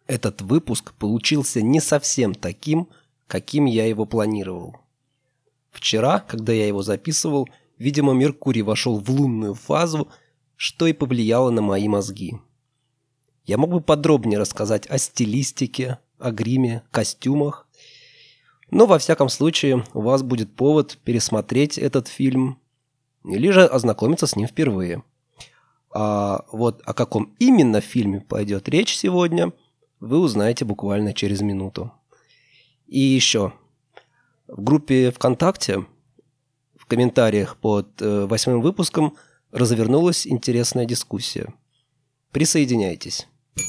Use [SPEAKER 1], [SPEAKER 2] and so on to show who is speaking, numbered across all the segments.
[SPEAKER 1] Этот выпуск получился не совсем таким, каким я его планировал. Вчера, когда я его записывал, видимо, Меркурий вошел в лунную фазу, что и повлияло на мои мозги. Я мог бы подробнее рассказать о стилистике, о гриме, костюмах, но во всяком случае у вас будет повод пересмотреть этот фильм или же ознакомиться с ним впервые. А вот о каком именно фильме пойдет речь сегодня, вы узнаете буквально через минуту. И еще, в группе ВКонтакте, в комментариях под 8 выпуском развернулась интересная дискуссия. Присоединяйтесь.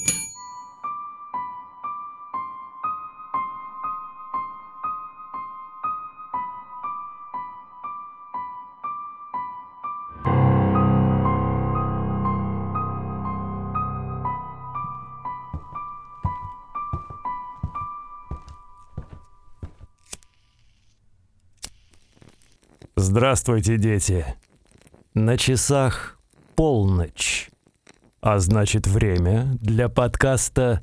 [SPEAKER 2] Здравствуйте, дети. На часах полночь, а значит время для подкаста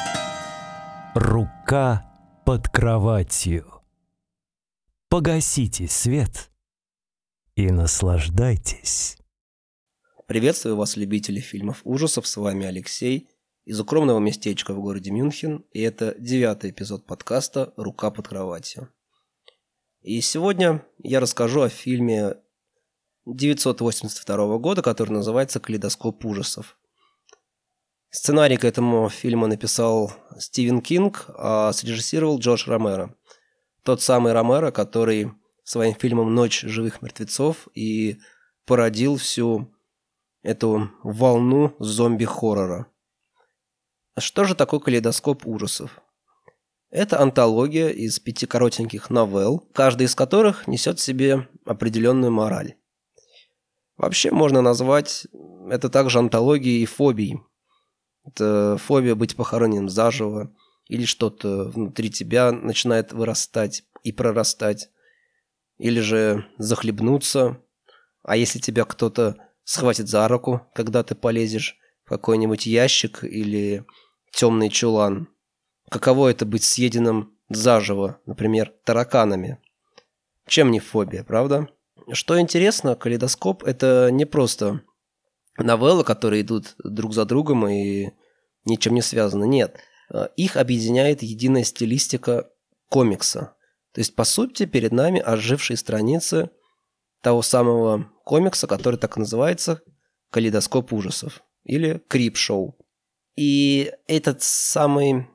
[SPEAKER 2] «Рука под кроватью». Погасите свет и наслаждайтесь.
[SPEAKER 1] Приветствую вас, любители фильмов ужасов, с вами Алексей из укромного местечка в городе Мюнхен, и это 9-й эпизод подкаста «Рука под кроватью». И сегодня я расскажу о фильме 1982 года, который называется «Калейдоскоп ужасов». Сценарий к этому фильму написал Стивен Кинг, а срежиссировал Джордж Ромеро. Тот самый Ромеро, который своим фильмом «Ночь живых мертвецов» и породил всю эту волну зомби-хоррора. А что же такое калейдоскоп ужасов? Это антология из 5 коротеньких новелл, каждая из которых несет в себе определенную мораль. Вообще можно назвать это также антологией фобий. Это фобия быть похороненным заживо, или что-то внутри тебя начинает вырастать и прорастать, или же захлебнуться, а если тебя кто-то схватит за руку, когда ты полезешь в какой-нибудь ящик или темный чулан. Каково это быть съеденным заживо, например, тараканами? Чем не фобия, правда? Что интересно, «Калейдоскоп» — это не просто новеллы, которые идут друг за другом и ничем не связаны. Нет, их объединяет единая стилистика комикса. То есть, по сути, перед нами ожившие страницы того самого комикса, который так и называется «Калейдоскоп ужасов» или «Крип-шоу». И этот самый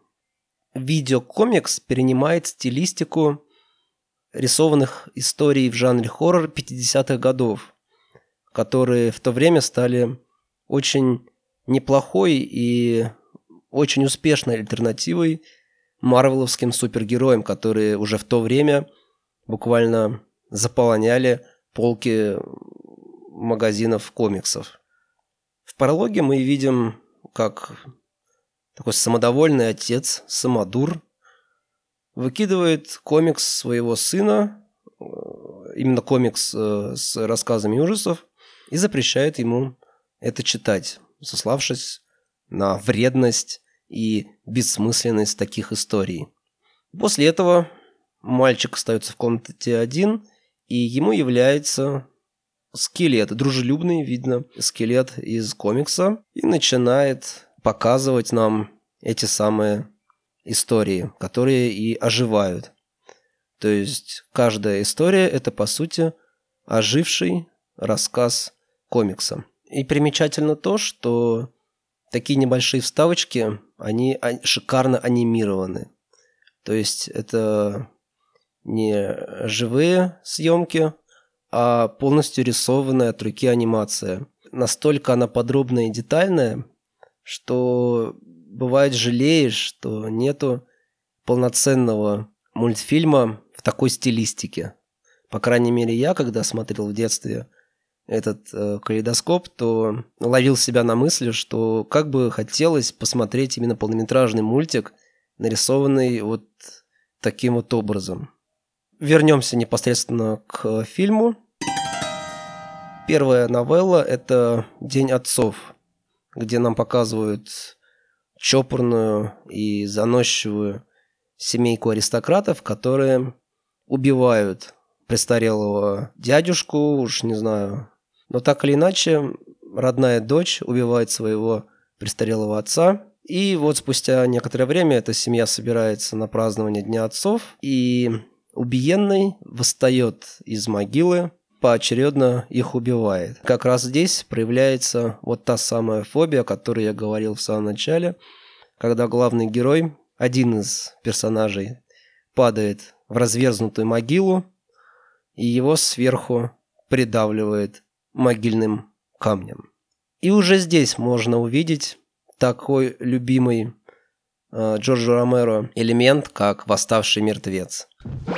[SPEAKER 1] видеокомикс перенимает стилистику рисованных историй в жанре хоррор 50-х годов, которые в то время стали очень неплохой и очень успешной альтернативой марвеловским супергероям, которые уже в то время буквально заполоняли полки магазинов комиксов. В прологе мы видим, как такой самодовольный отец, самодур, выкидывает комикс своего сына, именно комикс с рассказами ужасов, и запрещает ему это читать, сославшись на вредность и бессмысленность таких историй. После этого мальчик остается в комнате один, и ему является скелет, дружелюбный, видно, скелет из комикса, и начинает показывать нам эти самые истории, которые и оживают. То есть каждая история – это, по сути, оживший рассказ комикса. И примечательно то, что такие небольшие вставочки, они шикарно анимированы. То есть это не живые съемки, а полностью рисованная от руки анимация. Настолько она подробная и детальная, что бывает жалеешь, что нету полноценного мультфильма в такой стилистике. По крайней мере, я, когда смотрел в детстве этот «Калейдоскоп», то ловил себя на мысли, что как бы хотелось посмотреть именно полнометражный мультик, нарисованный вот таким вот образом. Вернемся непосредственно к фильму. Первая новелла – это «День отцов», где нам показывают чопорную и заносчивую семейку аристократов, которые убивают престарелого дядюшку, уж не знаю. Но так или иначе, родная дочь убивает своего престарелого отца. И вот спустя некоторое время эта семья собирается на празднование Дня отцов, и убиенный восстает из могилы, поочередно их убивает. Как раз здесь проявляется вот та самая фобия, о которой я говорил в самом начале, когда главный герой, один из персонажей, падает в разверзнутую могилу, и его сверху придавливает могильным камнем. И уже здесь можно увидеть такой любимый Джорджо Ромеро элемент, как восставший мертвец.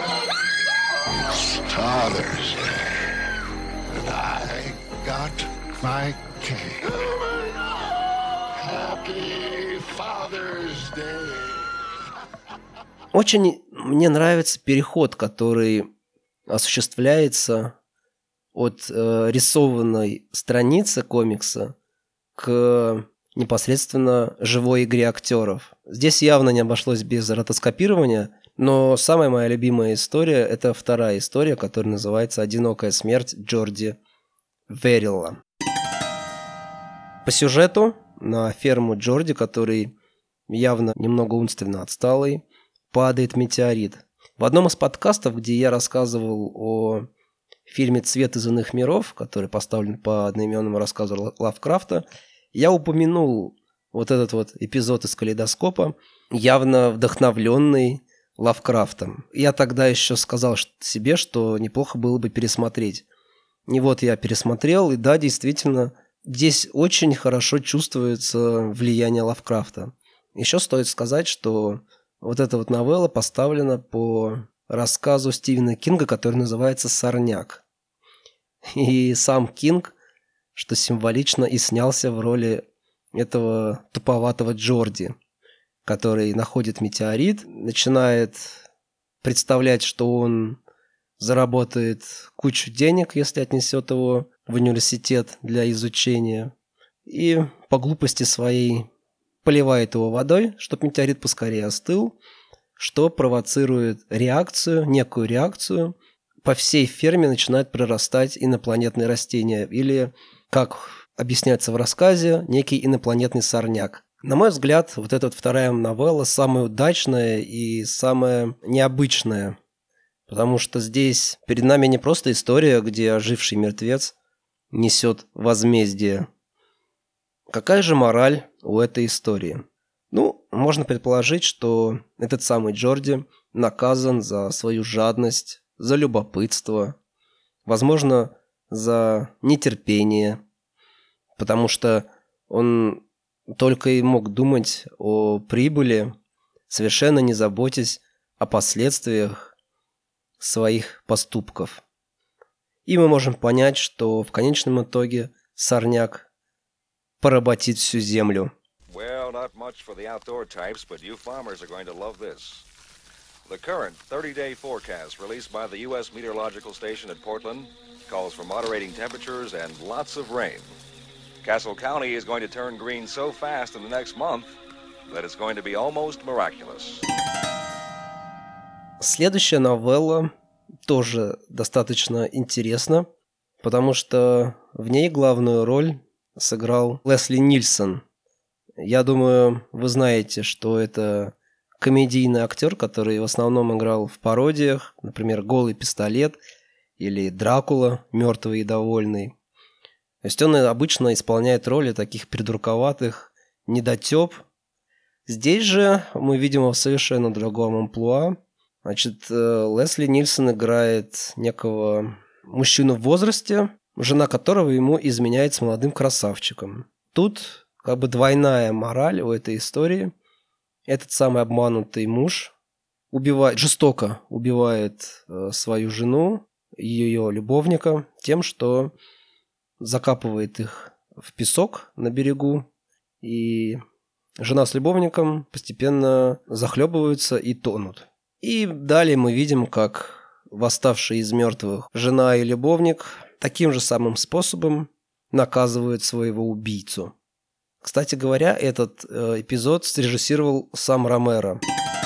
[SPEAKER 1] Очень мне нравится переход, который осуществляется от рисованной страницы комикса к непосредственно живой игре актеров. Здесь явно не обошлось без ротоскопирования, но самая моя любимая история – это вторая история, которая называется «Одинокая смерть Джорди Верилла». По сюжету на ферму Джорди, который явно немного умственно отсталый, падает метеорит. В одном из подкастов, где я рассказывал о фильме «Цвет из иных миров», который поставлен по одноименному рассказу Лавкрафта, я упомянул вот этот вот эпизод из «Калейдоскопа», явно вдохновленный Лавкрафтом. Я тогда еще сказал себе, что неплохо было бы пересмотреть. И вот я пересмотрел, и да, действительно, здесь очень хорошо чувствуется влияние Лавкрафта. Еще стоит сказать, что вот эта вот новелла поставлена по рассказу Стивена Кинга, который называется «Сорняк». И сам Кинг, что символично, и снялся в роли этого туповатого Джорди, который находит метеорит, начинает представлять, что он заработает кучу денег, если отнесет его в университет для изучения, и по глупости своей поливает его водой, чтобы метеорит поскорее остыл, что провоцирует реакцию, некую реакцию. По всей ферме начинают прорастать инопланетные растения, или, как объясняется в рассказе, некий инопланетный сорняк. На мой взгляд, вот эта вторая новелла самая удачная и самая необычная, потому что здесь перед нами не просто история, где оживший мертвец несет возмездие. Какая же мораль у этой истории? Ну, можно предположить, что этот самый Джорди наказан за свою жадность, за любопытство, возможно, за нетерпение, потому что он только и мог думать о прибыли, совершенно не заботясь о последствиях своих поступков. И мы можем понять, что в конечном итоге сорняк поработит всю землю.
[SPEAKER 3] Well, not much for the outdoor types, but you farmers are going to love this. The current 30-day forecast released by the U.S. Meteorological Station at Portland calls for moderating temperatures and lots of rain. Castle County is going to turn green so fast in the next month that it's going to be almost miraculous.
[SPEAKER 1] Следующая новелла тоже достаточно интересна, потому что в ней главную роль сыграл Лесли Нильсон. Я думаю, вы знаете, что это комедийный актер, который в основном играл в пародиях, например, «Голый пистолет» или «Дракула, мертвый и довольный». То есть он обычно исполняет роли таких придурковатых недотеп. Здесь же мы видим его в совершенно другом амплуа. Значит, Лесли Нильсон играет некого мужчину в возрасте, жена которого ему изменяет с молодым красавчиком. Тут как бы двойная мораль у этой истории. Этот самый обманутый муж жестоко убивает свою жену, ее любовника, тем, что закапывает их в песок на берегу, и жена с любовником постепенно захлебываются и тонут. И далее мы видим, как восставшие из мертвых жена и любовник таким же самым способом наказывают своего убийцу. Кстати говоря, этот эпизод срежиссировал сам Ромеро.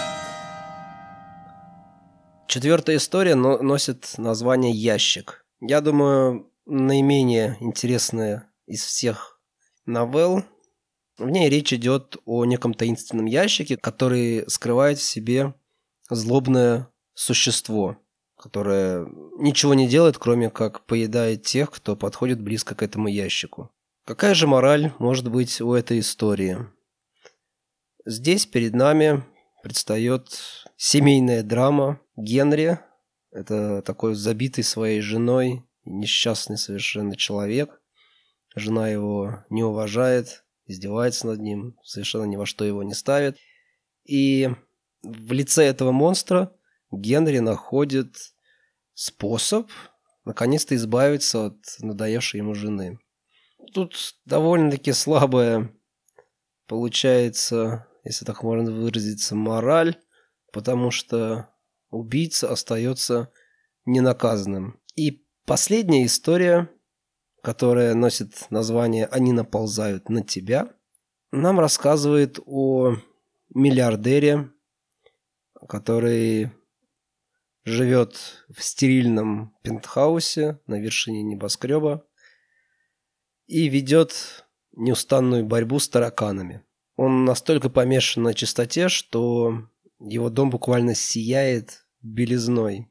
[SPEAKER 1] Четвертая история носит название «Ящик». Я думаю, наименее интересная из всех новелл. В ней речь идет о неком таинственном ящике, который скрывает в себе злобное существо, которое ничего не делает, кроме как поедает тех, кто подходит близко к этому ящику. Какая же мораль может быть у этой истории? Здесь перед нами предстает семейная драма Генри. Это такой забитый своей женой, несчастный совершенно человек. Жена его не уважает, издевается над ним, совершенно ни во что его не ставит. И в лице этого монстра Генри находит способ наконец-то избавиться от надоевшей ему жены. Тут довольно-таки слабая получается, если так можно выразиться, мораль, потому что убийца остается ненаказанным. И последняя история, которая носит название «Они наползают на тебя», нам рассказывает о миллиардере, который живет в стерильном пентхаусе на вершине небоскреба и ведет неустанную борьбу с тараканами. Он настолько помешан на чистоте, что его дом буквально сияет белизной.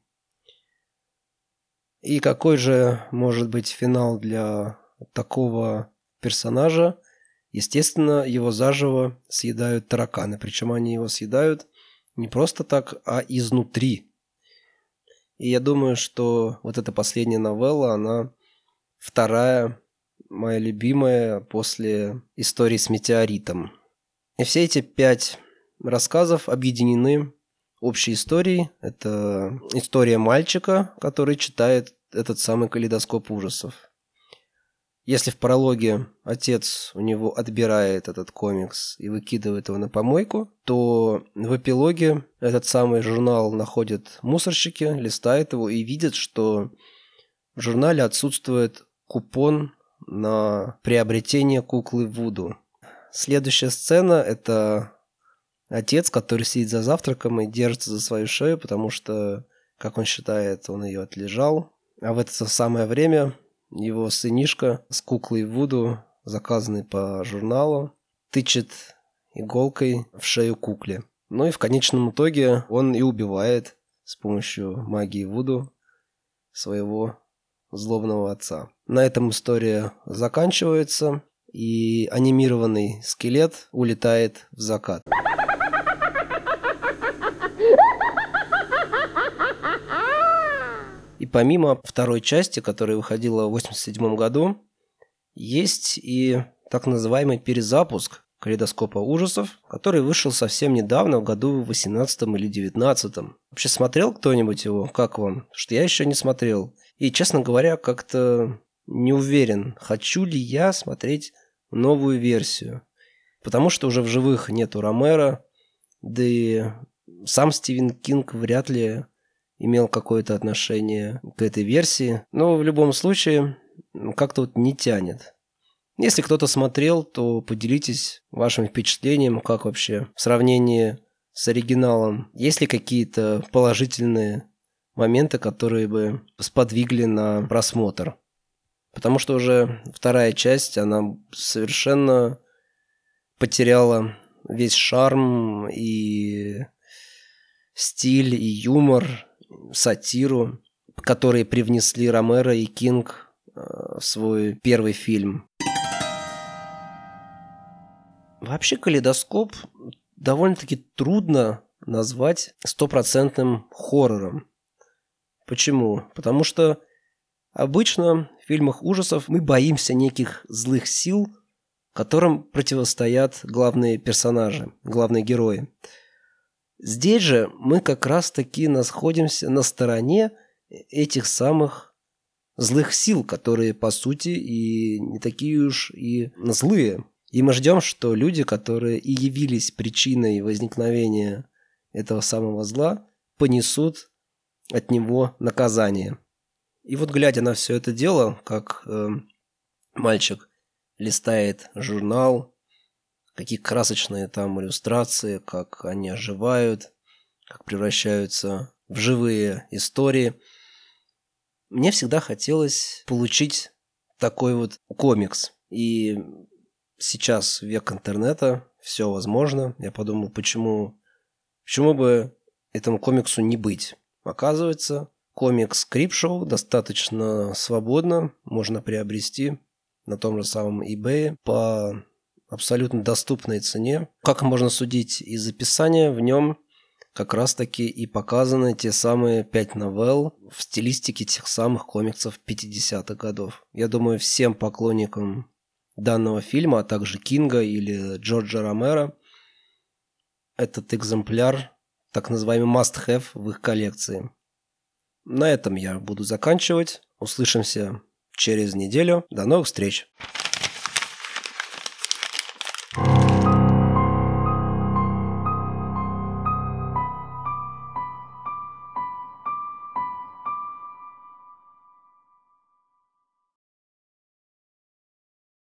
[SPEAKER 1] И какой же может быть финал для такого персонажа? Естественно, его заживо съедают тараканы. Причем они его съедают не просто так, а изнутри. И я думаю, что вот эта последняя новелла, она вторая, моя любимая после истории с метеоритом. И все эти 5 рассказов объединены общей историей. Это история мальчика, который читает этот самый калейдоскоп ужасов. Если в прологе отец у него отбирает этот комикс и выкидывает его на помойку, то в эпилоге этот самый журнал находят мусорщики, листают его и видят, что в журнале отсутствует купон на приобретение куклы Вуду. Следующая сцена – это отец, который сидит за завтраком и держится за свою шею, потому что, как он считает, он ее отлежал. А в это самое время его сынишка с куклой Вуду, заказанной по журналу, тычет иголкой в шею кукле. Ну и в конечном итоге он и убивает с помощью магии Вуду своего злобного отца. На этом история заканчивается, и анимированный скелет улетает в закат. И помимо второй части, которая выходила в 1987 году, есть и так называемый перезапуск калейдоскопа ужасов, который вышел совсем недавно, в году в 18 или 19. Вообще смотрел кто-нибудь его? Как вам? Потому что я еще не смотрел. И, честно говоря, как-то не уверен, хочу ли я смотреть новую версию. Потому что уже в живых нету Ромеро, да и сам Стивен Кинг вряд ли имел какое-то отношение к этой версии. Но в любом случае как-то вот не тянет. Если кто-то смотрел, то поделитесь вашим впечатлением, как вообще в сравнении с оригиналом. Есть ли какие-то положительные моменты, которые бы сподвигли на просмотр? Потому что уже вторая часть, она совершенно потеряла весь шарм и стиль, и юмор, сатиру, которые привнесли Ромеро и Кинг в свой первый фильм. Вообще калейдоскоп довольно-таки трудно назвать стопроцентным хоррором. Почему? Потому что обычно в фильмах ужасов мы боимся неких злых сил, которым противостоят главные персонажи, главные герои. Здесь же мы как раз-таки находимся на стороне этих самых злых сил, которые, по сути, и не такие уж и злые. И мы ждем, что люди, которые и явились причиной возникновения этого самого зла, понесут от него наказание. И вот, глядя на все это дело, как мальчик листает журнал, какие красочные там иллюстрации, как они оживают, как превращаются в живые истории. Мне всегда хотелось получить такой вот комикс. И сейчас век интернета, все возможно. Я подумал, почему бы этому комиксу не быть. Оказывается, комикс Крипшоу достаточно свободно можно приобрести на том же самом eBay по абсолютно доступной цене. Как можно судить из описания, в нем как раз-таки и показаны те самые 5 новелл в стилистике тех самых комиксов 50-х годов. Я думаю, всем поклонникам данного фильма, а также Кинга или Джорджа Ромеро, этот экземпляр так называемый must-have в их коллекции. На этом я буду заканчивать. Услышимся через неделю. До новых встреч!